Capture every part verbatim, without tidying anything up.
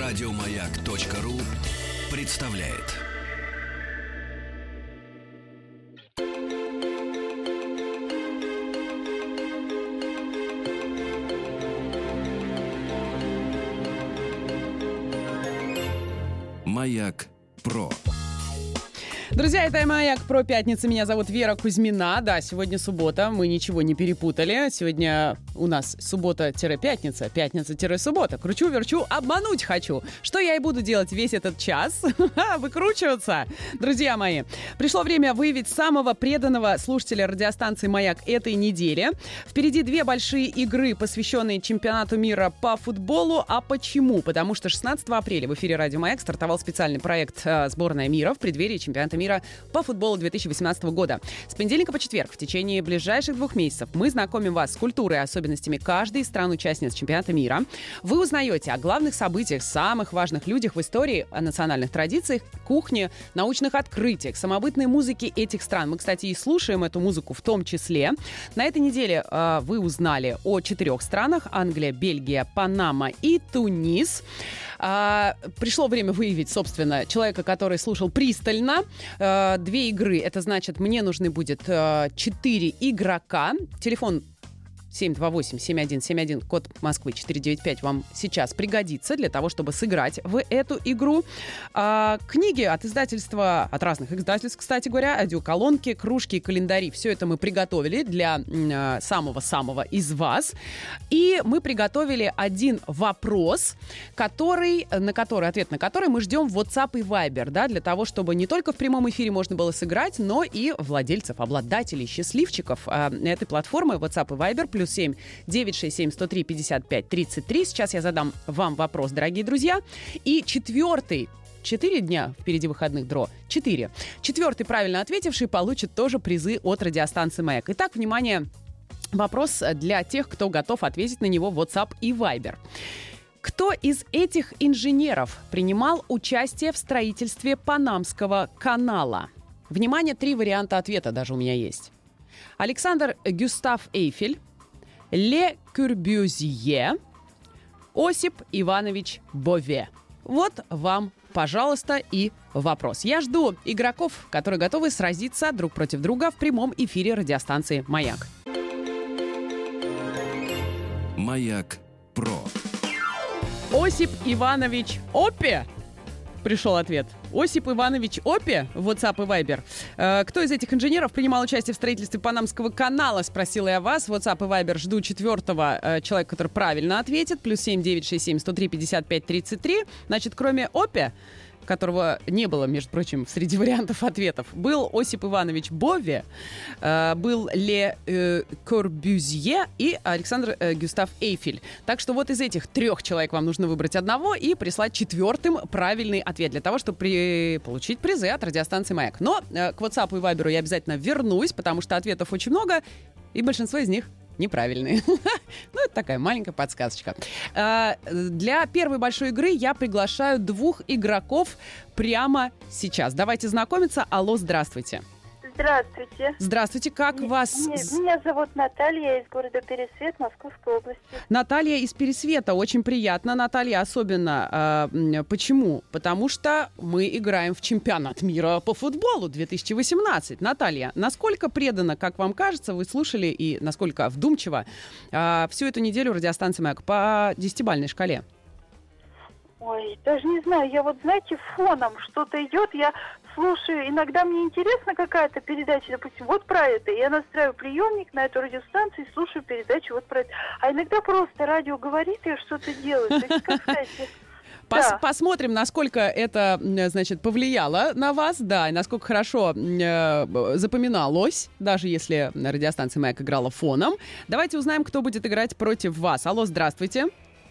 Радиомаяк.ру представляет. Маяк Про. Друзья, это «Маяк Про» пятница. Меня зовут Вера Кузьмина. Да, сегодня суббота, мы ничего не перепутали. Сегодня у нас суббота-пятница, пятница-суббота. Кручу-верчу, обмануть хочу. Что я и буду делать весь этот час. Выкручиваться. Друзья мои, пришло время выявить самого преданного слушателя радиостанции «Маяк» этой недели. Впереди две большие игры, посвященные чемпионату мира по футболу. А почему? Потому что шестнадцатого апреля в эфире «Радио Маяк» стартовал специальный проект «Сборная мира» в преддверии чемпионата мира по футболу две тысячи восемнадцатого года. С понедельника по четверг в течение ближайших двух месяцев мы знакомим вас с культурой и особенностями каждой из стран-участниц чемпионата мира. Вы узнаете о главных событиях, самых важных людях в истории, о национальных традициях, кухне, научных открытиях, самобытной музыке этих стран. Мы, кстати, и слушаем эту музыку в том числе. На этой неделе э, вы узнали о четырех странах: Англия, Бельгия, Панама и Тунис. А, пришло время выявить, собственно, человека, который слушал пристально. А, две игры. Это значит, мне нужны будет а, четыре игрока. Телефон семь два восемь семь один семь один, код Москвы четыре девять пять вам сейчас пригодится для того, чтобы сыграть в эту игру. А, книги от издательства, от разных издательств, кстати говоря, аудиоколонки, кружки, календари. Все это мы приготовили для а, самого-самого из вас. И мы приготовили один вопрос, который, на который, ответ на который мы ждем в WhatsApp и Viber, да, для того, чтобы не только в прямом эфире можно было сыграть, но и владельцев, обладателей, счастливчиков а, этой платформы WhatsApp и Viber плюс семь девять шесть семь сто три пятьдесят пять тридцать три. Сейчас я задам вам вопрос, дорогие друзья. И четвертый, четыре дня впереди выходных дро, четыре. Четвертый правильно ответивший получит тоже призы от радиостанции «Маяк». Итак, внимание, вопрос для тех, кто готов ответить на него в WhatsApp и Viber. Кто из этих инженеров принимал участие в строительстве Панамского канала? Внимание, три варианта ответа даже у меня есть. Александр Гюстав Эйфель, Ле Кюрбюзье, Осип Иванович Бове. Вот вам, пожалуйста, и вопрос. Я жду игроков, которые готовы сразиться друг против друга в прямом эфире радиостанции «Маяк». Маяк Про. Осип Иванович Опе. Пришел ответ. Осип Иванович Опе, WhatsApp и Viber. Э, кто из этих инженеров принимал участие в строительстве Панамского канала, спросила я вас. WhatsApp и Viber жду четвертого э, человека, который правильно ответит. Плюс семь девять шесть семь сто три пятьдесят пять тридцать три. Значит, кроме Опе, которого не было, между прочим, среди вариантов ответов, был Осип Иванович Бове, э, был Ле э, Корбюзье и Александр э, Гюстав Эйфель. Так что вот из этих трех человек вам нужно выбрать одного и прислать четвертым правильный ответ для того, чтобы при... получить призы от радиостанции «Маяк». Но э, к WhatsApp и Viber я обязательно вернусь, потому что ответов очень много, и большинство из них неправильные. Ну, это такая маленькая подсказочка. Для первой большой игры я приглашаю двух игроков прямо сейчас. Давайте знакомиться. Алло, здравствуйте. Здравствуйте. Здравствуйте, как М- вас... Меня, меня зовут Наталья, из города Пересвет, Московской области. Наталья из Пересвета. Очень приятно, Наталья, особенно. Э, почему? Потому что мы играем в чемпионат мира по футболу две тысячи восемнадцать. Наталья, насколько преданно, как вам кажется, вы слушали и насколько вдумчиво э, всю эту неделю радиостанции «Маяк» по десятибалльной шкале? Ой, даже не знаю, я вот, знаете, фоном что-то идет, я слушаю, иногда мне интересна какая-то передача, допустим, вот про это, я настраиваю приемник на эту радиостанцию и слушаю передачу вот про это. А иногда просто радио говорит, я что-то делаю. То есть, как сказать... Пос- Да. Посмотрим, насколько это, значит, повлияло на вас, да, и насколько хорошо э, запоминалось, даже если радиостанция «Маяк» играла фоном. Давайте узнаем, кто будет играть против вас. Алло, здравствуйте.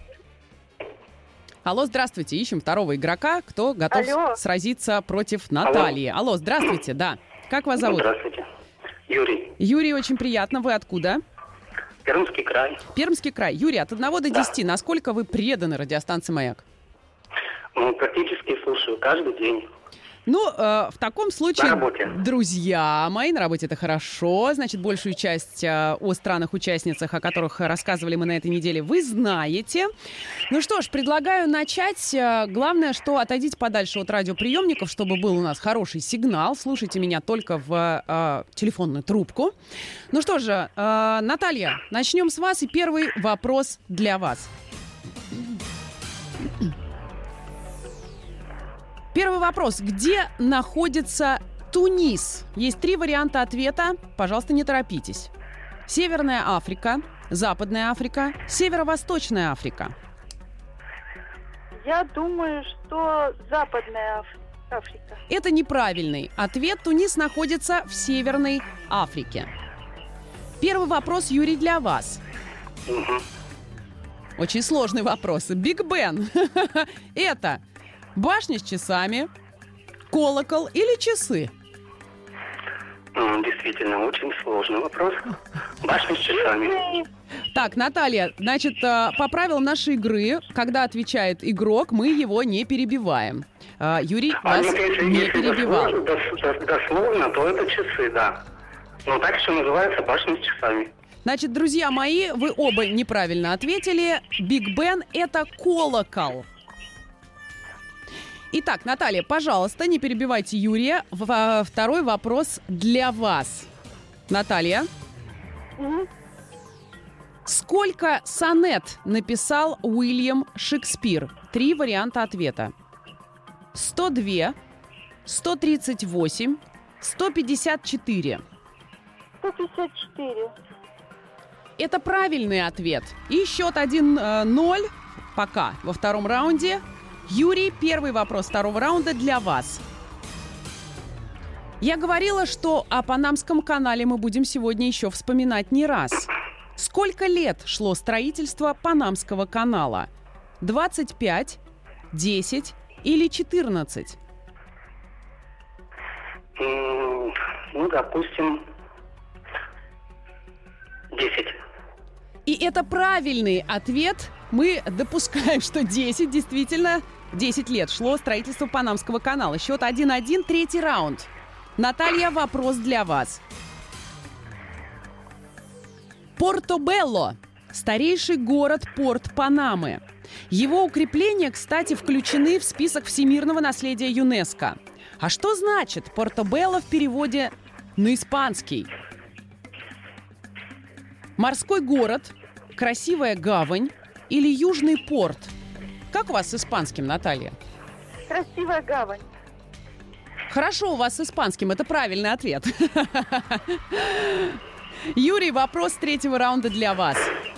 Алло, здравствуйте. Ищем второго игрока, кто готов Алло. сразиться против Натальи. Алло, Алло здравствуйте, да. Как вас зовут? Здравствуйте. Юрий. Юрий, очень приятно. Вы откуда? Пермский край. Пермский край. Юрий, от одного до десяти, насколько вы преданы радиостанции «Маяк»? Ну, практически слушаю каждый день. Ну, э, в таком случае, На работе. друзья мои, на работе это хорошо. Значит, большую часть э, о странах-участницах, о которых рассказывали мы на этой неделе, вы знаете. Ну что ж, предлагаю начать. Э, главное, что отойдите подальше от радиоприемников, чтобы был у нас хороший сигнал. Слушайте меня только в э, телефонную трубку. Ну что же, э, Наталья, начнем с вас. И первый вопрос для вас. Первый вопрос. Где находится Тунис? Есть три варианта ответа. Пожалуйста, не торопитесь. Северная Африка, Западная Африка, Северо-Восточная Африка. Я думаю, что Западная Аф- Африка. Это неправильный ответ. Тунис находится в Северной Африке. Первый вопрос, Юрий, для вас. Мгм. Очень сложный вопрос. Биг Бен. Это башня с часами, колокол или часы? М, Действительно, очень сложный вопрос. Башня с часами. Так, Наталья, значит, э, по правилам нашей игры, когда отвечает игрок, мы его не перебиваем. Э, Юрий А вас нет, если, не если перебивал. дословно, дос- дос- дословно, то это часы, да. Но так еще называется башня с часами. Значит, друзья мои, вы оба неправильно ответили. Биг Бен — это колокол. Итак, Наталья, пожалуйста, не перебивайте Юрия. В- Второй вопрос для вас. Наталья, Мгм. сколько сонет написал Уильям Шекспир? Три варианта ответа. сто два, сто тридцать восемь, сто пятьдесят четыре. сто пятьдесят четыре. Это правильный ответ. И счет один ноль пока во втором раунде. Юрий, первый вопрос второго раунда для вас. Я говорила, что о Панамском канале мы будем сегодня еще вспоминать не раз. Сколько лет шло строительство Панамского канала? двадцать пять, десять или четырнадцать? М, Ну, допустим, десять. И это правильный ответ. Мы допускаем, что десять, действительно, десять лет шло строительство Панамского канала. Счет один один, третий раунд. Наталья, вопрос для вас. Порто-Белло – старейший город-порт Панамы. Его укрепления, кстати, включены в список всемирного наследия ЮНЕСКО. А что значит Порто-Белло в переводе на испанский? Морской город, красивая гавань или южный порт? Как у вас с испанским, Наталья? Красивая гавань. Хорошо у вас с испанским, это правильный ответ. Юрий, вопрос третьего раунда для вас.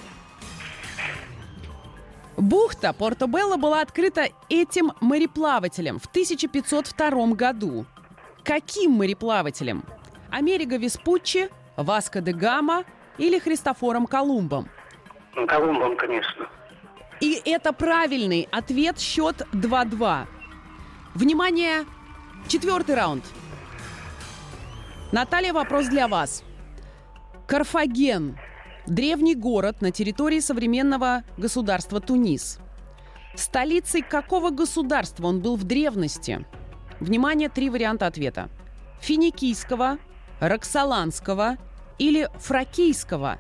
Бухта Порто-Белло была открыта этим мореплавателем в тысяча пятьсот втором году. Каким мореплавателем? Америго Веспуччи, Васко де Гама или Христофором Колумбом? Ну, Колумбом, конечно. И это правильный ответ, счет два-два. Внимание, четвертый раунд. Наталья, вопрос для вас. Карфаген – древний город на территории современного государства Тунис. Столицей какого государства он был в древности? Внимание, три варианта ответа. Финикийского, Роксоланского или Фракийского?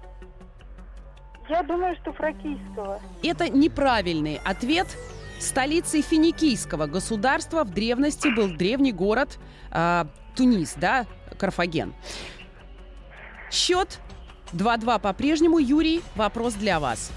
Я думаю, что фракийского. Это неправильный ответ. Столицей финикийского государства в древности был древний город э, Тунис, да, Карфаген. Счет два-два по-прежнему. Юрий, вопрос для вас.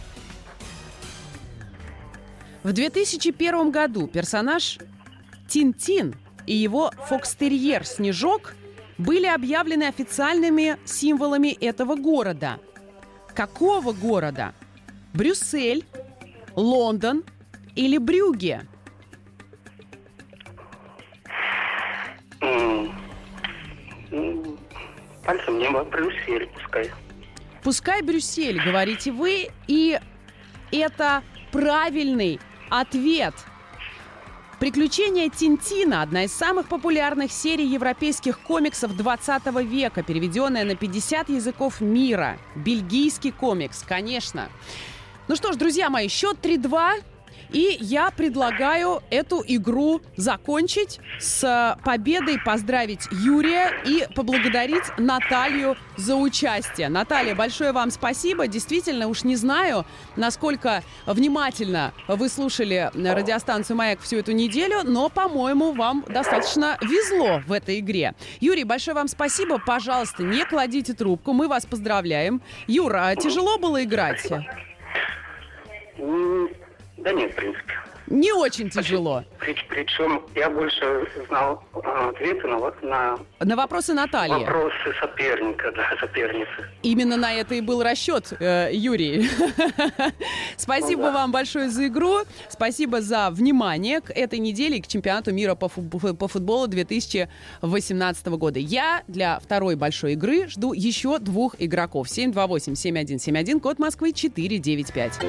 В две тысячи первом году персонаж Тин-Тин и его фокстерьер Снежок были объявлены официальными символами этого города. Какого города? Брюссель, Лондон или Брюгге? М, м, Пальцем в небо, Брюссель, пускай. Пускай Брюссель, говорите вы, и это правильный ответ. «Приключения Тинтина» – одна из самых популярных серий европейских комиксов двадцатого века, переведенная на пятьдесят языков мира. Бельгийский комикс, конечно. Ну что ж, друзья мои, счет три-два. И я предлагаю эту игру закончить с победой, поздравить Юрия и поблагодарить Наталью за участие. Наталья, большое вам спасибо. Действительно, уж не знаю, насколько внимательно вы слушали радиостанцию «Маяк» всю эту неделю, но, по-моему, вам достаточно везло в этой игре. Юрий, большое вам спасибо. Пожалуйста, не кладите трубку. Мы вас поздравляем. Юра, а тяжело было играть? Да нет, в принципе. Не очень тяжело. Причем я больше знал ответы на, на... На вопросы Натальи. Вопросы соперника, да, соперницы. Именно на это и был расчет, э, Юрий. Спасибо Ну, да. вам большое за игру. Спасибо за внимание к этой неделе и к чемпионату мира по, фу- по футболу две тысячи восемнадцатого года. Я для второй большой игры жду еще двух игроков. семь два восемь семь один семь один, код Москвы четыре девять пять.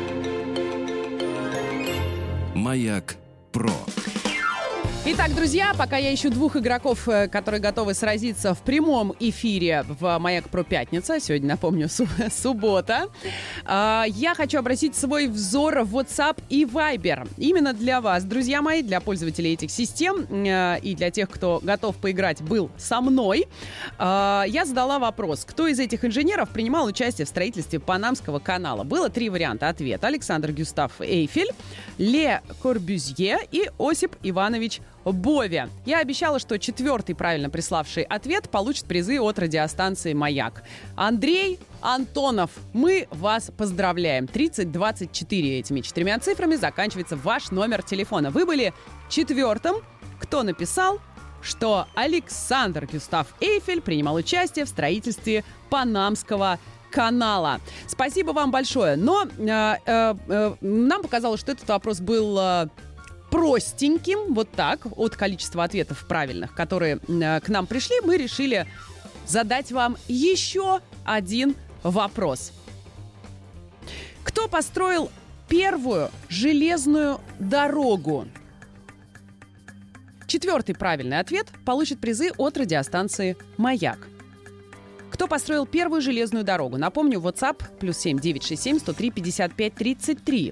Маяк Про. Итак, друзья, пока я ищу двух игроков, которые готовы сразиться в прямом эфире в «Маяк Про Пятница», сегодня, напомню, су- суббота, я хочу обратить свой взор в WhatsApp и Viber. Именно для вас, друзья мои, для пользователей этих систем и для тех, кто готов поиграть, был со мной, я задала вопрос, кто из этих инженеров принимал участие в строительстве Панамского канала. Было три варианта ответа. Александр Гюстав Эйфель, Ле Корбюзье и Осип Иванович Бове. Я обещала, что четвертый правильно приславший ответ получит призы от радиостанции «Маяк». Андрей Антонов, мы вас поздравляем. тридцать двадцать четыре этими четырьмя цифрами заканчивается ваш номер телефона. Вы были четвертым, кто написал, что Александр Гюстав Эйфель принимал участие в строительстве Панамского канала. Спасибо вам большое. Но э, э, э, нам показалось, что этот вопрос был... Э, простеньким, вот так, от количества ответов правильных, которые э, к нам пришли, мы решили задать вам еще один вопрос. Кто построил первую железную дорогу? Четвертый правильный ответ получит призы от радиостанции «Маяк». Кто построил первую железную дорогу? Напомню, WhatsApp плюс семь девять шесть семь сто три пятьдесят пять тридцать три.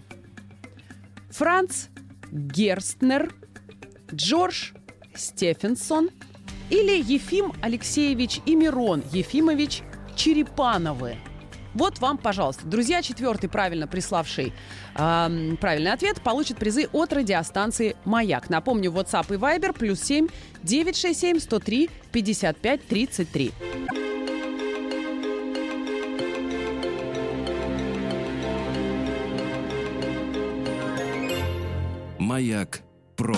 Франц Герстнер, Джордж Стефенсон или Ефим Алексеевич и Мирон Ефимович Черепановы. Вот вам, пожалуйста. Друзья, четвертый правильно приславший э, правильный ответ получит призы от радиостанции «Маяк». Напомню, WhatsApp и Viber плюс семь девять шесть семь сто три пятьдесят пять тридцать три. Маяк Про.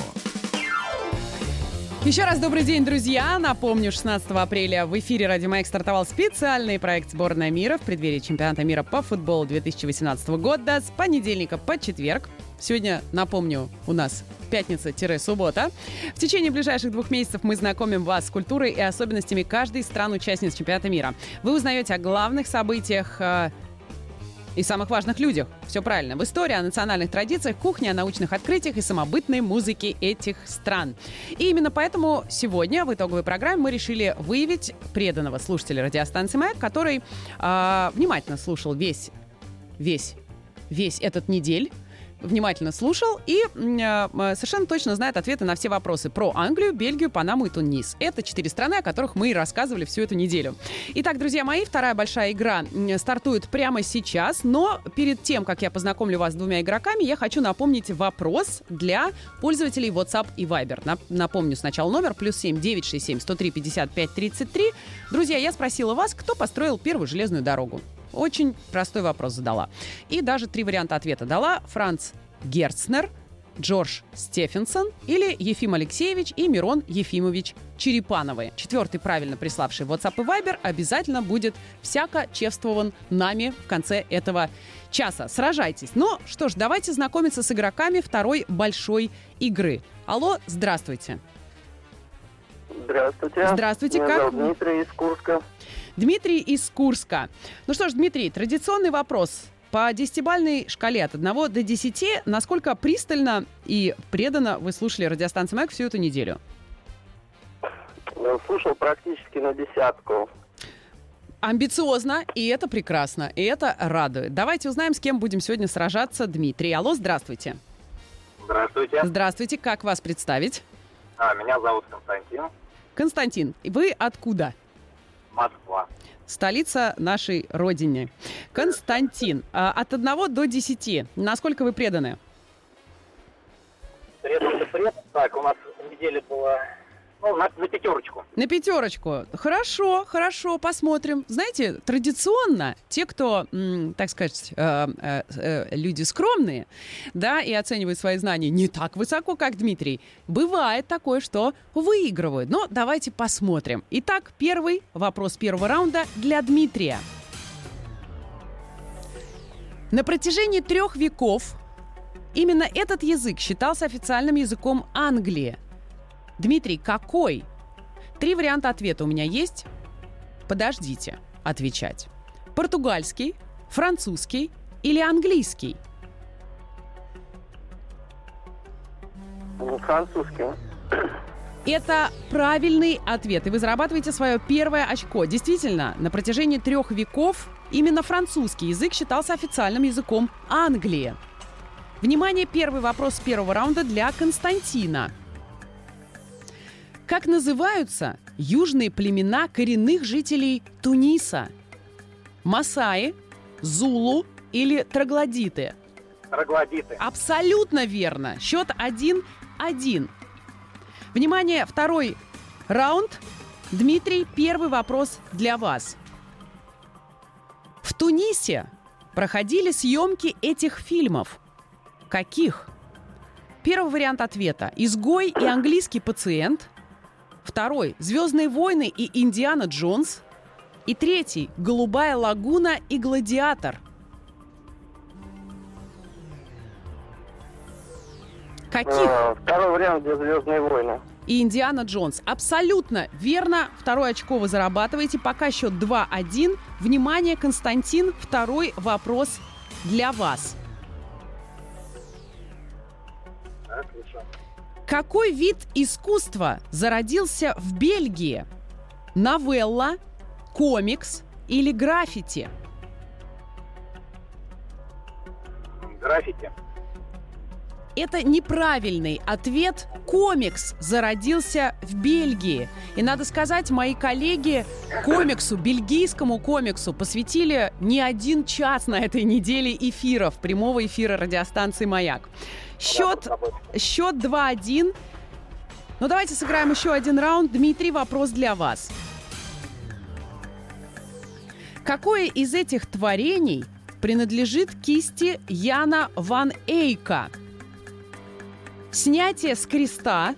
Еще раз добрый день, друзья. Напомню, шестнадцатого апреля в эфире «Радио Маяк» стартовал специальный проект «Сборная мира» в преддверии чемпионата мира по футболу две тысячи восемнадцатого года с понедельника по четверг. Сегодня, напомню, у нас пятница-суббота. В течение ближайших двух месяцев мы знакомим вас с культурой и особенностями каждой из стран-участниц чемпионата мира. Вы узнаете о главных событиях и самых важных людях. Все правильно. В истории, о национальных традициях, кухне, о научных открытиях и самобытной музыке этих стран. И именно поэтому сегодня в итоговой программе мы решили выявить преданного слушателя радиостанции «Маяк», который э, внимательно слушал весь, весь, весь этот недель, внимательно слушал и э, совершенно точно знает ответы на все вопросы про Англию, Бельгию, Панаму и Тунис. Это четыре страны, о которых мы и рассказывали всю эту неделю. Итак, друзья мои, вторая большая игра стартует прямо сейчас, но перед тем, как я познакомлю вас с двумя игроками, я хочу напомнить вопрос для пользователей WhatsApp и Viber. Напомню сначала номер плюс семь девять шесть семь сто три пятьдесят пять тридцать три. Друзья, я спросила вас, кто построил первую железную дорогу. Очень простой вопрос задала. И даже три варианта ответа дала. Франц Герстнер, Джордж Стефенсон или Ефим Алексеевич и Мирон Ефимович Черепановы. Четвертый правильно приславший WhatsApp и Viber обязательно будет всяко чествован нами в конце этого часа. Сражайтесь. Ну что ж, давайте знакомиться с игроками второй большой игры. Алло, здравствуйте. Здравствуйте. Здравствуйте, Меня как зовут вы? Дмитрий из Курска. Дмитрий из Курска. Ну что ж, Дмитрий, традиционный вопрос. По десятибалльной шкале от одного до десяти, насколько пристально и преданно вы слушали радиостанцию «Маяк» всю эту неделю? Слушал практически на десятку. Амбициозно, и это прекрасно, и это радует. Давайте узнаем, с кем будем сегодня сражаться. Дмитрий, алло, здравствуйте. Здравствуйте. Здравствуйте, как вас представить? А, меня зовут Константин. Константин, вы откуда? Москва. Столица нашей родины. Константин, а, от одного до десяти, насколько вы преданы? Предан, предан. Так, у нас неделя была, ну, на, на пятерочку. На пятерочку. Хорошо, хорошо, посмотрим. Знаете, традиционно те, кто, м, так сказать, э, э, э, люди скромные, да, и оценивают свои знания не так высоко, как Дмитрий, бывает такое, что выигрывают. Но давайте посмотрим. Итак, первый вопрос первого раунда для Дмитрия. На протяжении трех веков именно этот язык считался официальным языком Англии. Дмитрий, какой? Три варианта ответа у меня есть. Подождите отвечать. Португальский, французский или английский? Французский. Это правильный ответ, и вы зарабатываете свое первое очко. Действительно, на протяжении трех веков именно французский язык считался официальным языком Англии. Внимание, первый вопрос первого раунда для Константина. Как называются южные племена коренных жителей Туниса? Масаи, зулу или троглодиты? Троглодиты. Абсолютно верно. Счет один-один. Внимание, второй раунд. Дмитрий, первый вопрос для вас. В Тунисе проходили съемки этих фильмов. Каких? Первый вариант ответа – «Изгой» и «Английский пациент». Второй – «Звездные войны» и «Индиана Джонс». И третий – «Голубая лагуна» и «Гладиатор». Каких? А, второй вариант, где «Звездные войны». И «Индиана Джонс». Абсолютно верно. Второе очко вы зарабатываете. Пока счет два-один. Внимание, Константин, второй вопрос для вас. Отлично. Какой вид искусства зародился в Бельгии? Новелла, комикс или граффити? Граффити. Это неправильный ответ. Комикс зародился в Бельгии. И надо сказать, мои коллеги комиксу, бельгийскому комиксу посвятили не один час на этой неделе эфиров, прямого эфира радиостанции «Маяк». Счет, счет два-один. Ну, давайте сыграем еще один раунд. Дмитрий, вопрос для вас. Какое из этих творений принадлежит кисти Яна ван Эйка? Снятие с креста,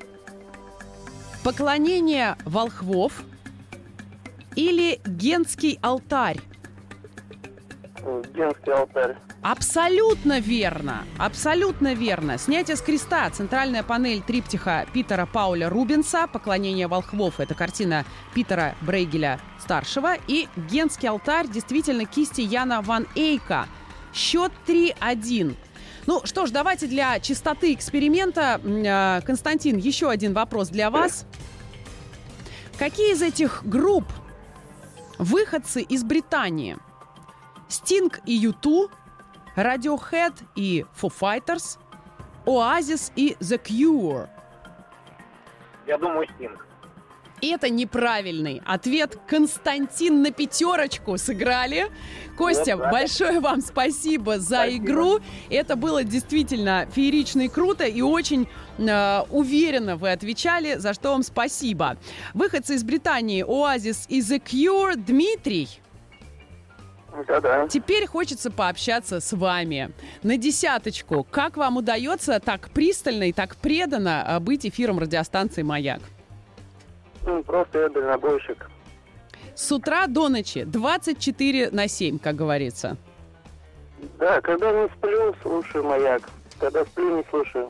поклонение волхвов или Генский алтарь? Генский алтарь. Абсолютно верно, абсолютно верно. Снятие с креста, центральная панель триптиха Питера Пауля Рубенса, поклонение волхвов, это картина Питера Брейгеля-старшего, и Генский алтарь, действительно, кисти Яна ван Эйка. Счет три-один. Ну что ж, давайте для чистоты эксперимента, Константин, еще один вопрос для вас. Какие из этих групп выходцы из Британии? Стинг и ю ту, Radiohead и Foo Fighters, Oasis и The Cure? Я думаю, Стинг. И это неправильный ответ. Константин на пятерочку сыграли. Костя, Вот, да. большое вам спасибо за Спасибо. игру. Это было действительно феерично и круто, и очень э, уверенно вы отвечали, за что вам спасибо. Выходцы из Британии, Oasis и The Cure. Дмитрий, Да-да. теперь хочется пообщаться с вами. На десяточку. Как вам удается так пристально и так преданно э, быть эфиром радиостанции «Маяк»? Ну, просто я дальнобойщик. С утра до ночи, двадцать четыре на семь, как говорится. Да, когда не сплю, слушаю «Маяк». Когда сплю, не слушаю.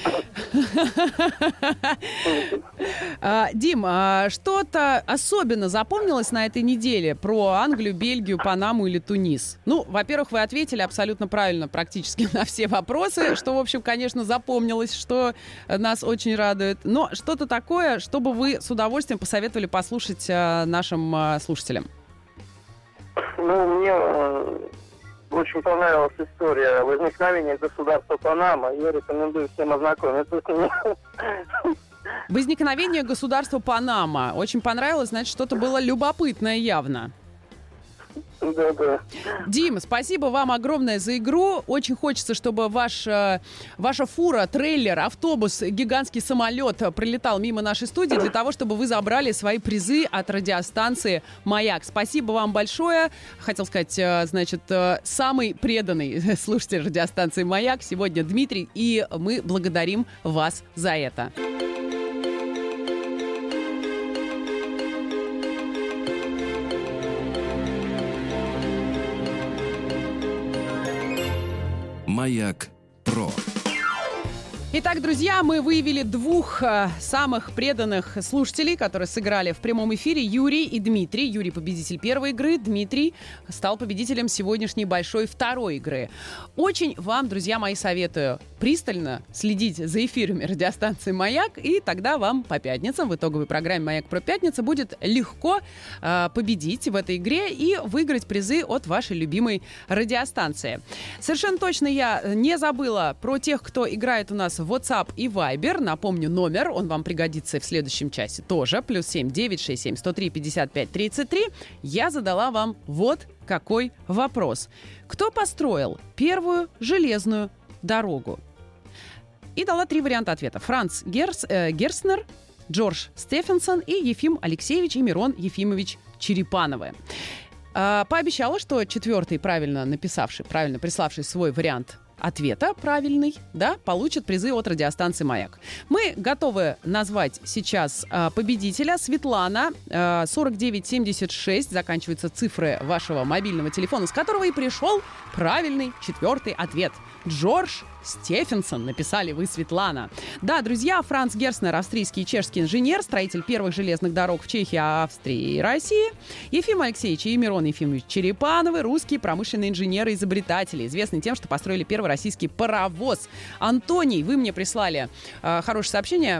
А, Дим, а что-то особенно запомнилось на этой неделе про Англию, Бельгию, Панаму или Тунис? Ну, во-первых, вы ответили абсолютно правильно практически на все вопросы, что, в общем, конечно, запомнилось, что нас очень радует. Но что-то такое, чтобы вы с удовольствием посоветовали послушать а, нашим а, слушателям. Ну, мне э, очень понравилась история возникновения государства Панама. Я рекомендую всем ознакомиться с ним. Возникновение государства Панама. Очень понравилось, значит, что-то было любопытное явно. Да, да. Дим, спасибо вам огромное за игру. Очень хочется, чтобы ваш, э, ваша фура, трейлер, автобус, гигантский самолет пролетал мимо нашей студии для того, чтобы вы забрали свои призы от радиостанции «Маяк». Спасибо вам большое. Хотел сказать, э, значит, э, самый преданный слушатель радиостанции «Маяк» сегодня Дмитрий, и мы благодарим вас за это. Маяк Про. Итак, друзья, мы выявили двух э, самых преданных слушателей, которые сыграли в прямом эфире, Юрий и Дмитрий. Юрий — победитель первой игры, Дмитрий стал победителем сегодняшней большой второй игры. Очень вам, друзья мои, советую пристально следить за эфирами радиостанции «Маяк», и тогда вам по пятницам в итоговой программе «Маяк Про Пятница» будет легко э, победить в этой игре и выиграть призы от вашей любимой радиостанции. Совершенно точно я не забыла про тех, кто играет у нас в WhatsApp и Viber. Напомню, номер, он вам пригодится в следующем часе тоже. Плюс семь девять шесть семь сто три пятьдесят пять тридцать три. Я задала вам вот какой вопрос. Кто построил первую железную дорогу? И дала три варианта ответа. Франц Герс, э, Герстнер, Джордж Стефенсон и Ефим Алексеевич и Мирон Ефимович Черепановы. Э, пообещала, что четвертый, правильно написавший, правильно приславший свой вариант ответа правильный, да, получит призы от радиостанции «Маяк». Мы готовы назвать сейчас э, победителя. Светлана, э, сорок девять семьдесят шесть, заканчиваются цифры вашего мобильного телефона, с которого и пришел правильный четвертый ответ. Джордж Стефенсон, написали вы, Светлана. Да, друзья, Франц Герстнер, австрийский и чешский инженер, строитель первых железных дорог в Чехии, Австрии и России. Ефим Алексеевич и Мирон Ефимович Черепановы, русские промышленные инженеры и изобретатели, известны тем, что построили первый российский паровоз. Антоний, вы мне прислали э, хорошее сообщение.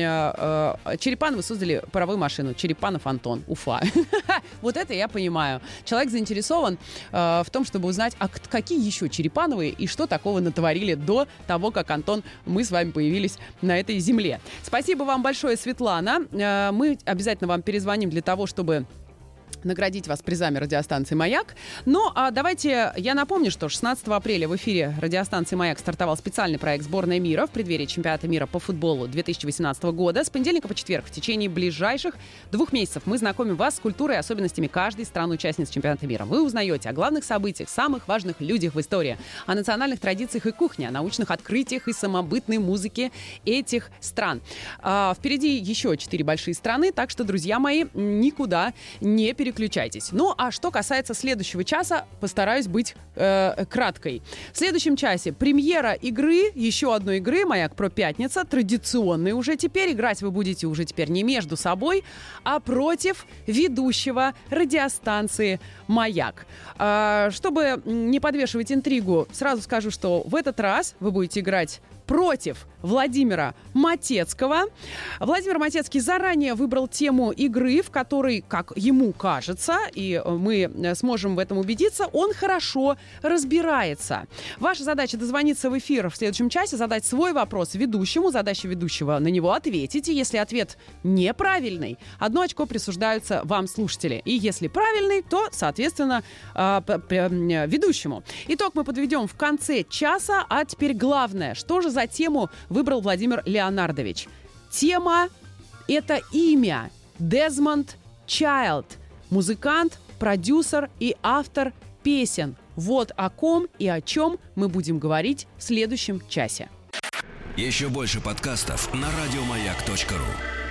Э, э, Черепановы создали паровую машину. Черепанов Антон, Уфа. Вот это я понимаю. Человек заинтересован э, в том, чтобы узнать, а какие еще Черепановы и что такого натворили до того, как, Антон, мы с вами появились на этой земле. Спасибо вам большое, Светлана. Э, мы обязательно вам перезвоним для того, чтобы наградить вас призами радиостанции «Маяк». Ну, а давайте я напомню, что шестнадцатого апреля в эфире радиостанции «Маяк» стартовал специальный проект «Сборная мира» в преддверии чемпионата мира по футболу две тысячи восемнадцатого года. С понедельника по четверг в течение ближайших двух месяцев мы знакомим вас с культурой и особенностями каждой страны-участниц чемпионата мира. Вы узнаете о главных событиях, самых важных людях в истории, о национальных традициях и кухне, о научных открытиях и самобытной музыке этих стран. А, впереди еще четыре большие страны, так что, друзья мои, никуда не переключайтесь. Переключайтесь. Ну, а что касается следующего часа, постараюсь быть э, краткой. В следующем часе премьера игры, еще одной игры «Маяк Про Пятница», традиционной уже теперь. Играть вы будете уже теперь не между собой, а против ведущего радиостанции «Маяк». Э, чтобы не подвешивать интригу, сразу скажу, что в этот раз вы будете играть против Владимира Матецкого. Владимир Матецкий заранее выбрал тему игры, в которой, как ему кажется, и мы сможем в этом убедиться, он хорошо разбирается. Ваша задача — дозвониться в эфир в следующем часе, задать свой вопрос ведущему, задача ведущего — на него ответить. И если ответ неправильный, одно очко присуждается вам, слушатели. И если правильный, то, соответственно, ведущему. Итог мы подведем в конце часа, а теперь главное, что же за тему выбрал Владимир Леонардович. Тема — это имя Дезмонд Чайлд. Музыкант, продюсер и автор песен. Вот о ком и о чем мы будем говорить в следующем часе. Еще больше подкастов на радиомаяк точка ру.